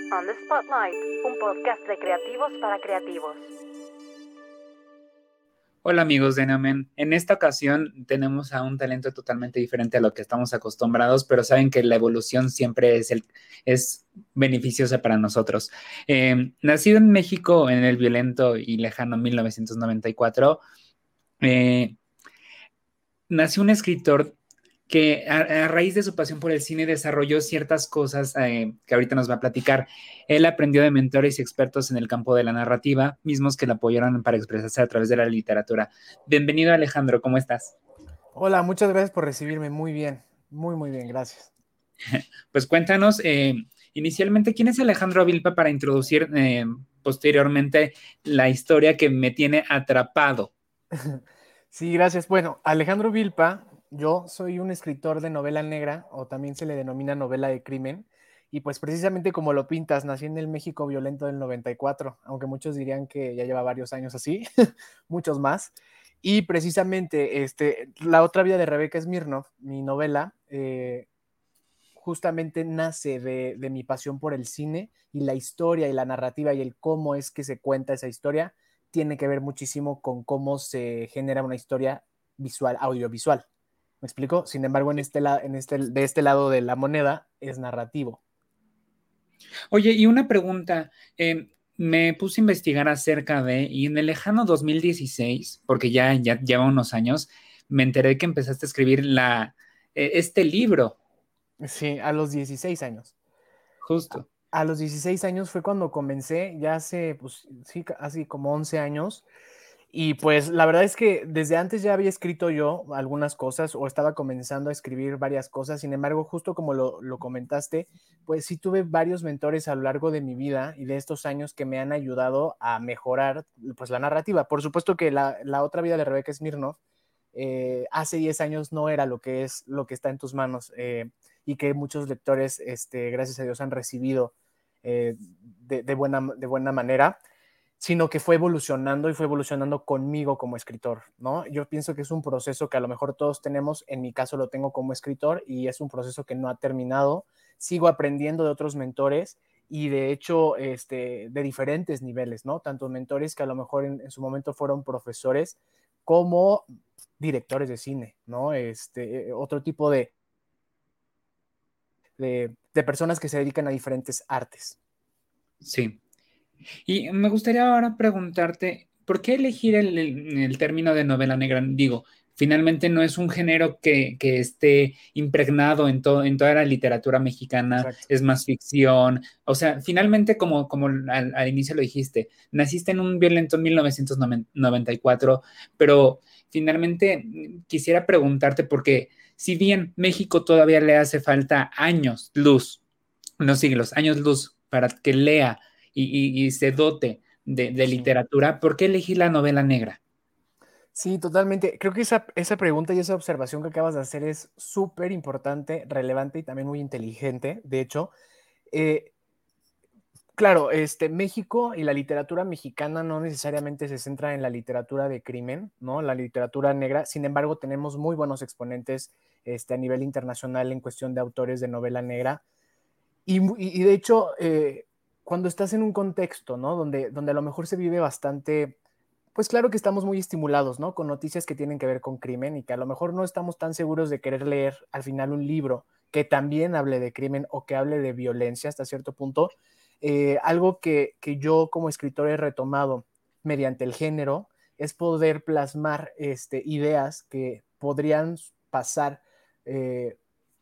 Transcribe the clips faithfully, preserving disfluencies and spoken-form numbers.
On the Spotlight, un podcast de creativos para creativos. Hola amigos de Neomen, en esta ocasión tenemos a un talento totalmente diferente a lo que estamos acostumbrados, pero saben que la evolución siempre es, el, es beneficiosa para nosotros. Eh, nacido en México en el violento y lejano mil novecientos noventa y cuatro, eh, nació un escritor que a, a, raíz de su pasión por el cine desarrolló ciertas cosas eh, que ahorita nos va a platicar. Él aprendió de mentores y expertos en el campo de la narrativa, mismos que le apoyaron para expresarse a través de la literatura. Bienvenido, Alejandro, ¿cómo estás? Hola, muchas gracias por recibirme. Muy bien, muy, muy bien, gracias. Pues cuéntanos, eh, inicialmente, ¿quién es Alejandro Vilpa para introducir eh, posteriormente la historia que me tiene atrapado? Sí, gracias. Bueno, Alejandro Vilpa, yo soy un escritor de novela negra, o también se le denomina novela de crimen, y pues precisamente como lo pintas, nací en el México violento del noventa y cuatro, aunque muchos dirían que ya lleva varios años así, muchos más. Y precisamente este, La otra vida de Rebeca Smirnoff, mi novela, eh, justamente nace de, de mi pasión por el cine, y la historia y la narrativa y el cómo es que se cuenta esa historia tiene que ver muchísimo con cómo se genera una historia visual, audiovisual. ¿Me explico? Sin embargo, en este, la, en este, de este lado de la moneda es narrativo. Oye, y una pregunta, eh, me puse a investigar acerca de, y en el lejano dos mil dieciséis, porque ya, ya lleva unos años, me enteré que empezaste a escribir la, eh, este libro. Sí, a los dieciséis años. Justo. A, a los dieciséis años fue cuando comencé, ya hace, pues sí, así como once años. Y pues la verdad es que desde antes ya había escrito yo algunas cosas o estaba comenzando a escribir varias cosas. Sin embargo, justo como lo, lo comentaste, pues sí tuve varios mentores a lo largo de mi vida y de estos años que me han ayudado a mejorar pues la narrativa. Por supuesto que la, la otra vida de Rebeca Smirnoff eh, hace diez años no era lo que es lo que está en tus manos, eh, y que muchos lectores, este, gracias a Dios, han recibido eh, de, de, buena, de buena manera, sino que fue evolucionando y fue evolucionando conmigo como escritor, ¿no? Yo pienso que es un proceso que a lo mejor todos tenemos, en mi caso lo tengo como escritor, y es un proceso que no ha terminado. Sigo aprendiendo de otros mentores y de hecho este, de diferentes niveles, ¿no? Tanto mentores que a lo mejor en, en su momento fueron profesores como directores de cine, ¿no? Este, otro tipo de, de, de personas que se dedican a diferentes artes. Sí. Y me gustaría ahora preguntarte, ¿por qué elegir el, el- el término de novela negra? Digo, finalmente no es un género que, que esté impregnado en, todo, en toda la literatura mexicana, Exacto. es más ficción. O sea, finalmente, como, como al, al inicio lo dijiste, naciste en un violento mil novecientos noventa y cuatro, pero finalmente mm, quisiera preguntarte, porque si bien México todavía le hace falta años luz, no siglos, años luz para que lea y, y, y se dote de, de Sí. literatura, ¿por qué elegir la novela negra? Sí, totalmente. Creo que esa, esa pregunta y esa observación que acabas de hacer es súper importante, relevante y también muy inteligente. De hecho, eh, claro, este, México y la literatura mexicana no necesariamente se centra en la literatura de crimen, ¿no? La literatura negra. Sin embargo, tenemos muy buenos exponentes este, a nivel internacional en cuestión de autores de novela negra. Y, y de hecho, eh, cuando estás en un contexto, ¿no? Donde, donde a lo mejor se vive bastante, pues claro que estamos muy estimulados, ¿no? Con noticias que tienen que ver con crimen y que a lo mejor no estamos tan seguros de querer leer al final un libro que también hable de crimen o que hable de violencia hasta cierto punto. Eh, algo que, que yo como escritor he retomado mediante el género es poder plasmar este, ideas que podrían pasar, eh,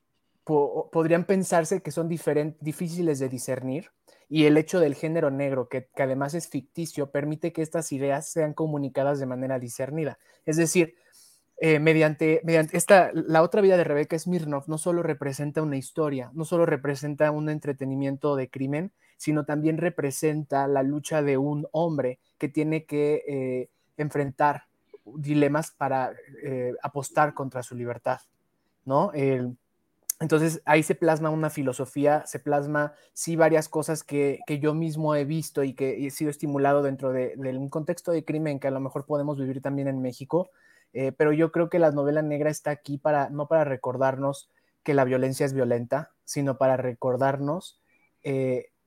po podrían pensarse que son difíciles de discernir, y el hecho del género negro, que, que además es ficticio, permite que estas ideas sean comunicadas de manera discernida. Es decir, eh, mediante, mediante esta, la otra vida de Rebeca Smirnoff no solo representa una historia, no solo representa un entretenimiento de crimen, sino también representa la lucha de un hombre que tiene que eh, enfrentar dilemas para eh, apostar contra su libertad, ¿no? El, entonces ahí se plasma una filosofía, se plasma sí varias cosas que, que yo mismo he visto y que he sido estimulado dentro de, de un contexto de crimen que a lo mejor podemos vivir también en México, eh, pero yo creo que la novela negra está aquí para, no para recordarnos que la violencia es violenta, sino para recordarnos eh,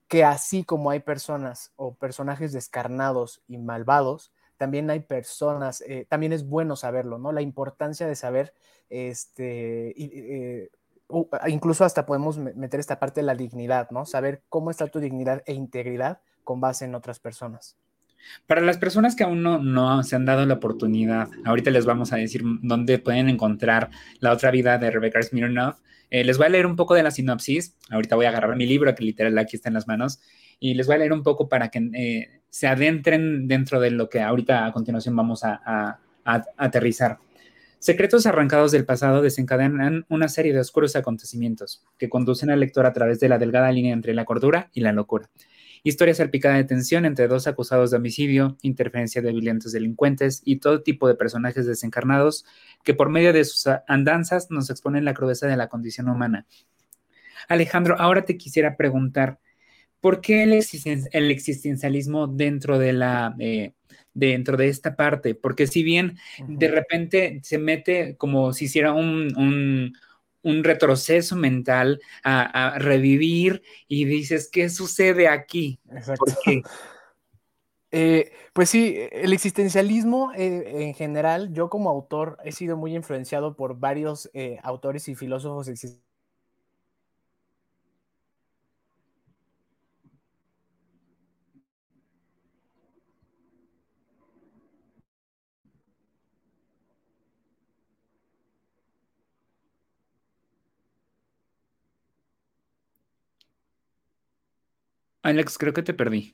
que así como hay personas o personajes descarnados y malvados, también hay personas, eh, también es bueno saberlo, ¿no? La importancia de saber, este, eh, incluso hasta podemos meter esta parte de la dignidad, ¿no? Saber cómo está tu dignidad e integridad con base en otras personas. Para las personas que aún no, no se han dado la oportunidad, ahorita les vamos a decir dónde pueden encontrar la otra vida de Rebecca Smirnoff. Eh, les voy a leer un poco de la sinopsis. Ahorita voy a agarrar mi libro, que literal aquí está en las manos, y les voy a leer un poco para que eh, se adentren dentro de lo que ahorita a continuación vamos a, a, a aterrizar. Secretos arrancados del pasado desencadenan una serie de oscuros acontecimientos que conducen al lector a través de la delgada línea entre la cordura y la locura. Historia salpicada de tensión entre dos acusados de homicidio, interferencia de violentos delincuentes y todo tipo de personajes desencarnados que por medio de sus andanzas nos exponen la crudeza de la condición humana. Alejandro, ahora te quisiera preguntar, ¿por qué el, existen el existencialismo dentro de la... Eh, dentro de esta parte? Porque si bien uh-huh. de repente se mete como si hiciera un... un un retroceso mental a, a revivir y dices, ¿qué sucede aquí? Exacto. ¿Por qué? Eh, pues sí, el existencialismo eh, en general, yo como autor he sido muy influenciado por varios eh, autores y filósofos existencialistas. Alex, creo que te perdí.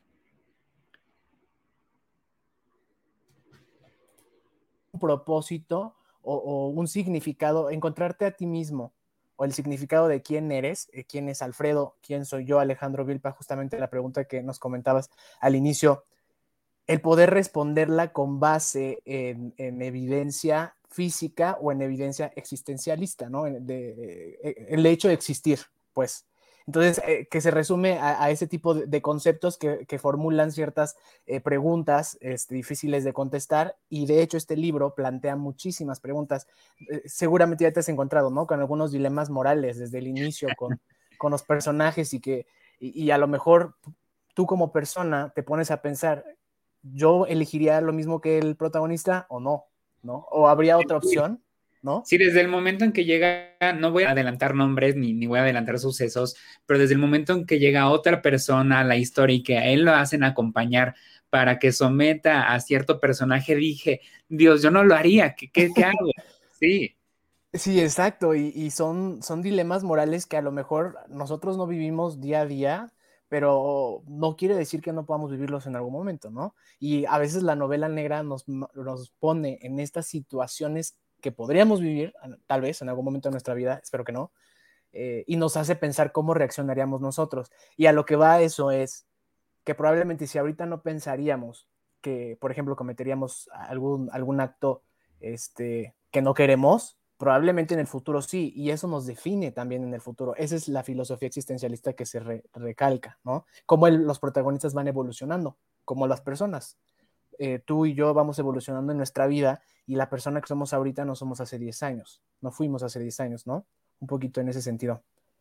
Un propósito o, o un significado, encontrarte a ti mismo o el significado de quién eres, eh, quién es Alfredo, quién soy yo, Alejandro Vilpa, justamente la pregunta que nos comentabas al inicio, el poder responderla con base en, en evidencia física o en evidencia existencialista, ¿no? En, de, eh, el hecho de existir, pues. Entonces, eh, que se resume a, a ese tipo de, de conceptos que, que, formulan ciertas eh, preguntas este, difíciles de contestar, y de hecho este libro plantea muchísimas preguntas. Eh, seguramente ya te has encontrado, ¿no? Con algunos dilemas morales desde el inicio, con, con los personajes, y que y, y a lo mejor tú como persona te pones a pensar, ¿yo elegiría lo mismo que el protagonista o no? ¿No? ¿O habría otra opción? ¿No? Sí, desde el momento en que llega, no voy a adelantar nombres ni, ni voy a adelantar sucesos, pero desde el momento en que llega otra persona a la historia y que a él lo hacen acompañar para que someta a cierto personaje, dije, Dios, yo no lo haría, ¿qué, qué, qué hago? Sí. Sí, exacto, y, y son, son dilemas morales que a lo mejor nosotros no vivimos día a día, pero no quiere decir que no podamos vivirlos en algún momento, ¿no? Y a veces la novela negra nos, nos pone en estas situaciones que podríamos vivir, tal vez en algún momento de nuestra vida, espero que no, eh, y nos hace pensar cómo reaccionaríamos nosotros. Y a lo que va eso es que probablemente si ahorita no pensaríamos que, por ejemplo, cometeríamos algún, algún acto este, que no queremos, probablemente en el futuro sí, y eso nos define también en el futuro. Esa es la filosofía existencialista que se re, recalca, ¿no? Cómo el, los protagonistas van evolucionando, como las personas. Eh, tú y yo vamos evolucionando en nuestra vida, y la persona que somos ahorita no somos hace diez años, no fuimos hace diez años, ¿no? Un poquito en ese sentido.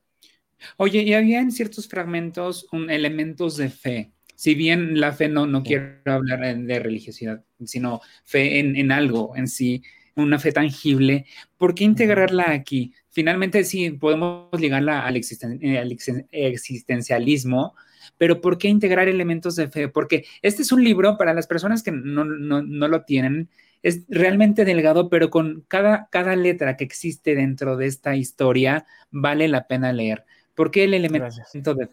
Oye, y había en ciertos fragmentos un, elementos de fe. Si bien la fe no, no sí. quiero hablar de religiosidad, sino fe en, en algo en sí, una fe tangible, ¿por qué integrarla aquí? Finalmente sí, podemos ligarla al, existen, al existencialismo, pero ¿por qué integrar elementos de fe? Porque este es un libro, para las personas que no, no, no lo tienen, es realmente delgado, pero con cada, cada letra que existe dentro de esta historia vale la pena leer. ¿Por qué el elemento Gracias. de...?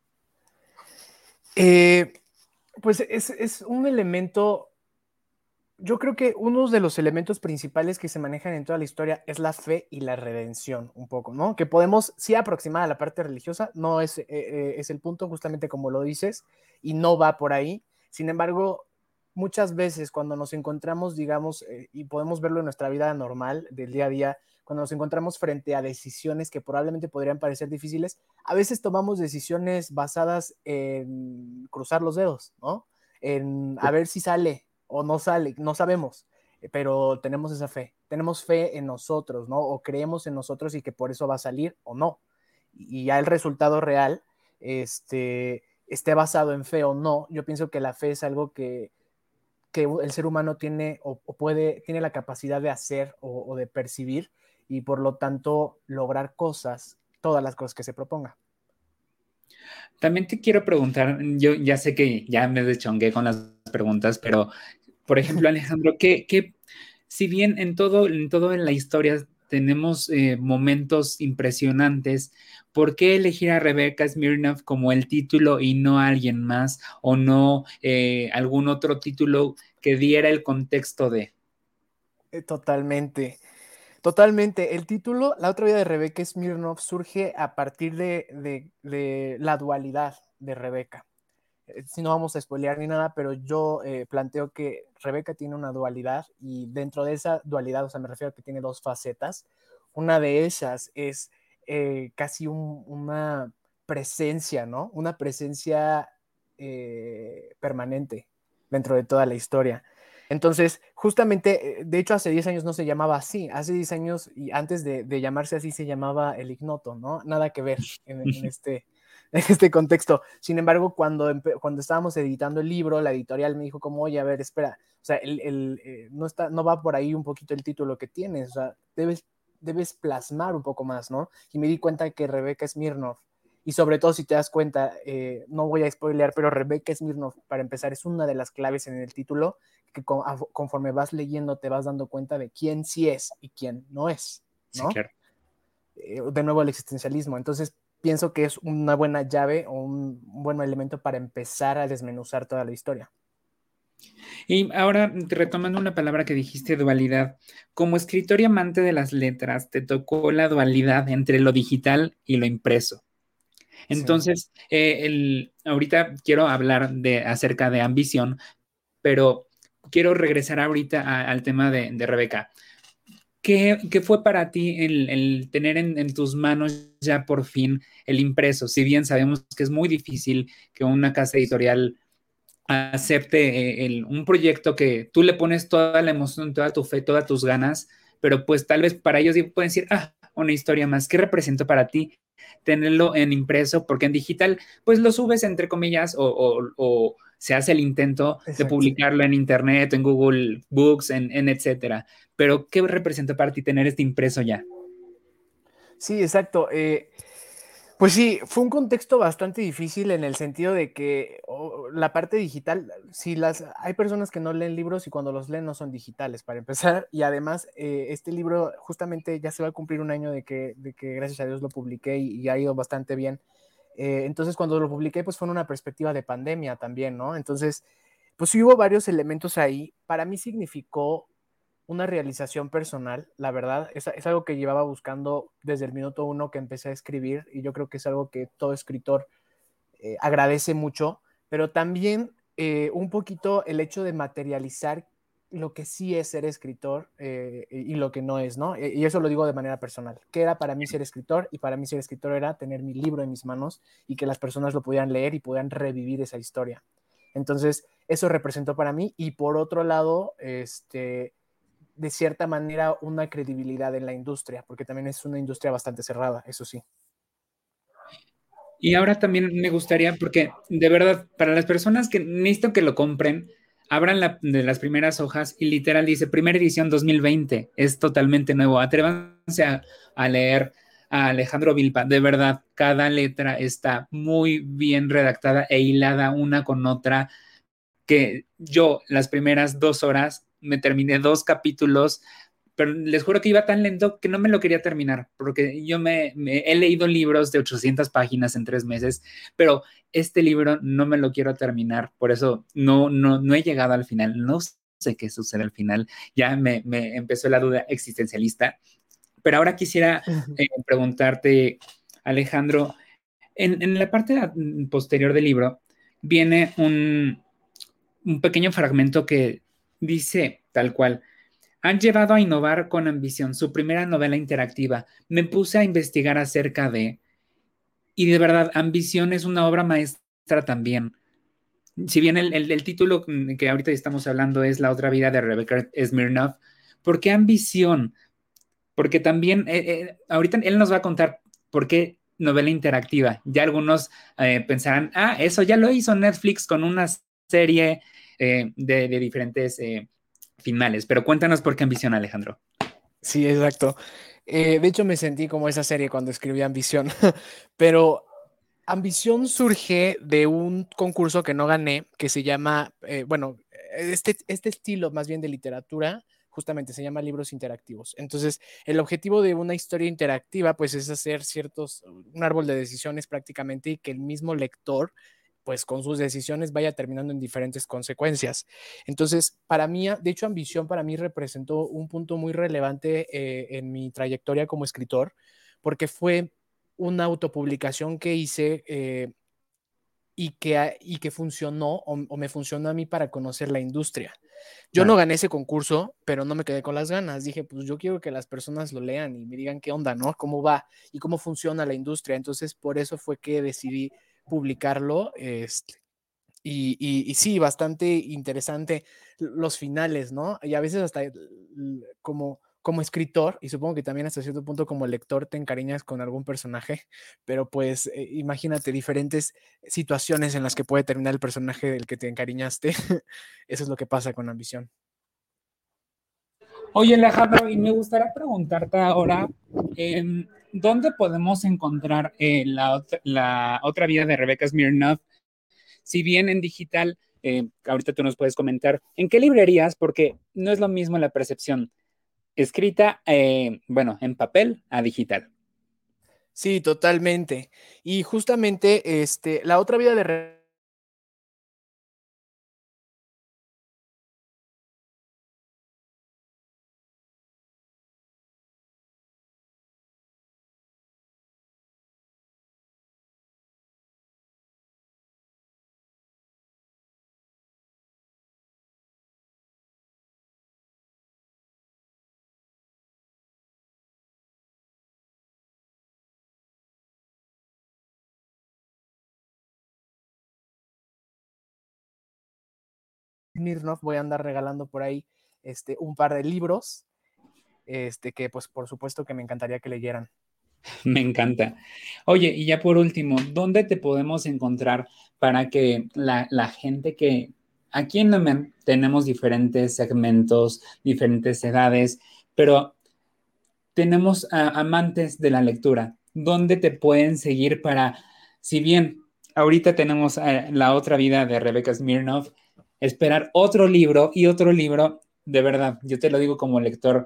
Eh, pues es, es un elemento, yo creo que uno de los elementos principales que se manejan en toda la historia es la fe y la redención, un poco, ¿no? Que podemos sí aproximar a la parte religiosa, no es, eh, es el punto, justamente como lo dices, y no va por ahí. Sin embargo, muchas veces cuando nos encontramos, digamos, eh, y podemos verlo en nuestra vida normal, del día a día, cuando nos encontramos frente a decisiones que probablemente podrían parecer difíciles, a veces tomamos decisiones basadas en cruzar los dedos, ¿no? En a ver si sale o no sale, no sabemos, pero tenemos esa fe, tenemos fe en nosotros, ¿no? O creemos en nosotros y que por eso va a salir o no. Y ya el resultado real, este, esté basado en fe o no, yo pienso que la fe es algo que, que el ser humano tiene o, o puede, tiene la capacidad de hacer o, o de percibir y por lo tanto lograr cosas, todas las cosas que se proponga. También te quiero preguntar, yo ya sé que ya me deschongué con las preguntas, pero por ejemplo, Alejandro, ¿qué, qué, si bien en todo, en todo en la historia tenemos eh, momentos impresionantes, ¿por qué elegir a Rebecca Smirnoff como el título y no a alguien más o no eh, algún otro título que diera el contexto de? Totalmente. Totalmente. El título, La otra vida de Rebecca Smirnoff, surge a partir de, de, de la dualidad de Rebecca. Eh, Si no vamos a spoilear ni nada, pero yo eh, planteo que Rebecca tiene una dualidad y dentro de esa dualidad, o sea, me refiero a que tiene dos facetas. Una de esas es eh, casi un, una presencia, ¿no? Una presencia eh, permanente dentro de toda la historia. Entonces, justamente, eh, de hecho, hace diez años no se llamaba así. Hace diez años y antes de, de llamarse así se llamaba El Ignoto, ¿no? Nada que ver en, en este, en este contexto. Sin embargo, cuando, cuando estábamos editando el libro, la editorial me dijo como, oye, a ver, espera, o sea, el, el, eh, no, está, no va por ahí un poquito el título que tienes, o sea, debes, debes plasmar un poco más, ¿no? Y me di cuenta que Rebecca Smirnoff, y sobre todo si te das cuenta, eh, no voy a spoilear, pero Rebecca Smirnoff, para empezar, es una de las claves en el título, que con, a, conforme vas leyendo te vas dando cuenta de quién sí es y quién no es, Sí, ¿no? claro. Eh, de nuevo el existencialismo. Entonces, pienso que es una buena llave o un, un buen elemento para empezar a desmenuzar toda la historia. Y ahora, retomando una palabra que dijiste, dualidad. Como escritor y amante de las letras, te tocó la dualidad entre lo digital y lo impreso. Sí. Entonces, eh, el, ahorita quiero hablar de, acerca de ambición, pero quiero regresar ahorita a, al tema de, de Rebeca. ¿Qué, ¿Qué, fue para ti el, el tener en, en, tus manos ya por fin el impreso? Si bien sabemos que es muy difícil que una casa editorial acepte el, un proyecto que tú le pones toda la emoción, toda tu fe, todas tus ganas, pero pues tal vez para ellos pueden decir, ah, una historia más. ¿Qué representó para ti tenerlo en impreso? Porque en digital, pues lo subes entre comillas o, o, o se hace el intento de Exacto. publicarlo en internet, en Google Books, en, en etcétera. Pero ¿qué representó para ti tener este impreso ya? Sí, exacto. Eh, Pues sí, fue un contexto bastante difícil en el sentido de que oh, la parte digital, si las, hay personas que no leen libros y cuando los leen no son digitales, para empezar, y además eh, este libro justamente ya se va a cumplir un año de que, de que gracias a Dios lo publiqué y, y ha ido bastante bien. Eh, entonces cuando lo publiqué pues fue en una perspectiva de pandemia también, ¿no? Entonces pues sí hubo varios elementos ahí. Para mí significó una realización personal, la verdad, es, es, algo que llevaba buscando desde el minuto uno que empecé a escribir y yo creo que es algo que todo escritor eh, agradece mucho, pero también eh, un poquito el hecho de materializar lo que sí es ser escritor eh, y lo que no es, ¿no? Y eso lo digo de manera personal. ¿Qué era para mí ser escritor? Y para mí ser escritor era tener mi libro en mis manos y que las personas lo pudieran leer y pudieran revivir esa historia. Entonces, eso representó para mí y por otro lado, este de cierta manera una credibilidad en la industria, porque también es una industria bastante cerrada, eso sí. Y ahora también me gustaría, porque de verdad, para las personas que necesito que lo compren, abran la, de las primeras hojas y literal dice, primera edición dos mil veinte, es totalmente nuevo. Atrévanse a, a leer a Alejandro Vilpa, de verdad, cada letra está muy bien redactada e hilada una con otra, que yo las primeras dos horas me terminé dos capítulos, pero les juro que iba tan lento que no me lo quería terminar, porque yo me, me, he leído libros de ochocientas páginas en tres meses, pero este libro no me lo quiero terminar, por eso no, no, no he llegado al final, no sé qué sucede al final, ya me, me empezó la duda existencialista, pero ahora quisiera eh, preguntarte, Alejandro, en, en la parte posterior del libro viene un, un pequeño fragmento que dice tal cual, han llevado a innovar con ambición, su primera novela interactiva. Me puse a investigar acerca de, y de verdad, Ambición es una obra maestra también. Si bien el, el, el título que ahorita estamos hablando es La otra vida de Rebecca Smirnoff, ¿por qué Ambición? Porque también, eh, eh, ahorita él nos va a contar por qué novela interactiva. Ya algunos eh, pensarán, ah, eso ya lo hizo Netflix con una serie eh, de, de, diferentes eh, finales. Pero cuéntanos por qué Ambición, Alejandro. Sí, exacto. Eh, de hecho, me sentí como esa serie cuando escribí Ambición, pero Ambición surge de un concurso que no gané, que se llama, eh, bueno, este, este estilo más bien de literatura, justamente se llama libros interactivos. Entonces, el objetivo de una historia interactiva, pues es hacer ciertos, un árbol de decisiones prácticamente y que el mismo lector pues con sus decisiones vaya terminando en diferentes consecuencias. Entonces, para mí, de hecho, Ambición para mí representó un punto muy relevante eh, en mi trayectoria como escritor, porque fue una autopublicación que hice eh, y, que, y que funcionó o, o, me funcionó a mí para conocer la industria. Yo Claro. no gané ese concurso, pero no me quedé con las ganas. Dije, pues yo quiero que las personas lo lean y me digan qué onda, ¿no? ¿Cómo va? Y cómo funciona la industria. Entonces, por eso fue que decidí publicarlo. Este, y, y, y, sí, bastante interesante los finales, ¿no? Y a veces hasta como, como escritor, y supongo que también hasta cierto punto como lector te encariñas con algún personaje, pero pues eh, imagínate diferentes situaciones en las que puede terminar el personaje del que te encariñaste. Eso es lo que pasa con Ambición. Oye, Alejandro, y me gustaría preguntarte ahora, eh, ¿dónde podemos encontrar eh, la, otra, la otra vida de Rebecca Smirnoff? Si bien en digital, eh, ahorita tú nos puedes comentar, ¿en qué librerías? Porque no es lo mismo la percepción escrita, eh, bueno, en papel a digital. Sí, totalmente. Y justamente este, la otra vida de Rebecca Smirnoff voy a andar regalando por ahí este, un par de libros este, que pues por supuesto que me encantaría que leyeran. Me encanta. Oye, y ya por último, ¿dónde te podemos encontrar para que la, la gente que aquí en Nomen tenemos diferentes segmentos, diferentes edades, pero tenemos uh, amantes de la lectura? ¿Dónde te pueden seguir para, si bien ahorita tenemos uh, la otra vida de Rebecca Smirnoff, esperar otro libro y otro libro, de verdad, yo te lo digo como lector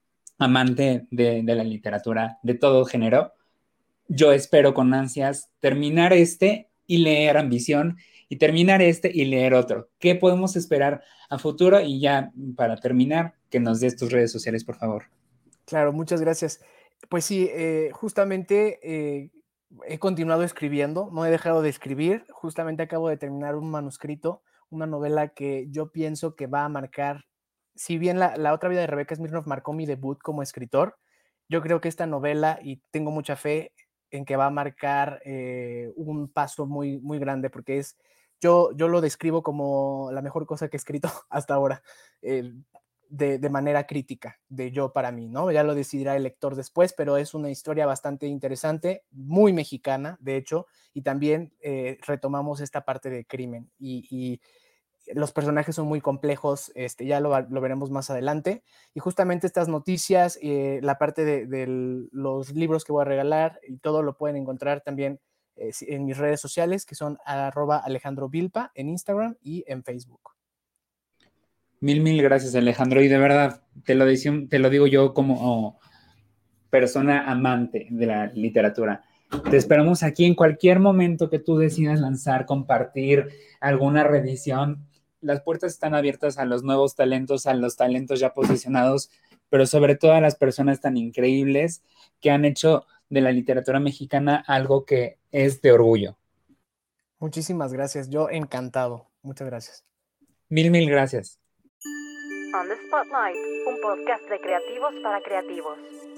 amante de, de la literatura de todo género, yo espero con ansias terminar este y leer Ambición y terminar este y leer otro. ¿Qué podemos esperar a futuro? Y ya para terminar, que nos des tus redes sociales, por favor. Claro, muchas gracias. Pues sí, eh, justamente eh, he continuado escribiendo, no he dejado de escribir, justamente acabo de terminar un manuscrito, una novela que yo pienso que va a marcar, si bien la, la otra vida de Rebecca Smirnoff marcó mi debut como escritor, yo creo que esta novela, y tengo mucha fe en que va a marcar eh, un paso muy, muy grande, porque es, yo, yo lo describo como la mejor cosa que he escrito hasta ahora. Eh, de, de manera crítica, de yo para mí, ¿no? Ya lo decidirá el lector después, pero es una historia bastante interesante, muy mexicana, de hecho, y también eh, retomamos esta parte de crimen y, y los personajes son muy complejos, este, ya lo, lo, veremos más adelante. Y justamente estas noticias, eh, la parte de, de, los libros que voy a regalar y todo lo pueden encontrar también eh, en mis redes sociales, que son arroba Alejandro Vilpa en Instagram y en Facebook. Mil, mil gracias, Alejandro. Y de verdad, te lo, digo, te lo digo yo como oh, persona amante de la literatura. Te esperamos aquí en cualquier momento que tú decidas lanzar, compartir alguna reedición. Las puertas están abiertas a los nuevos talentos, a los talentos ya posicionados, pero sobre todo a las personas tan increíbles que han hecho de la literatura mexicana algo que es de orgullo. Muchísimas gracias. Yo encantado. Muchas gracias. Mil, mil gracias. On the Spotlight, un podcast de creativos para creativos.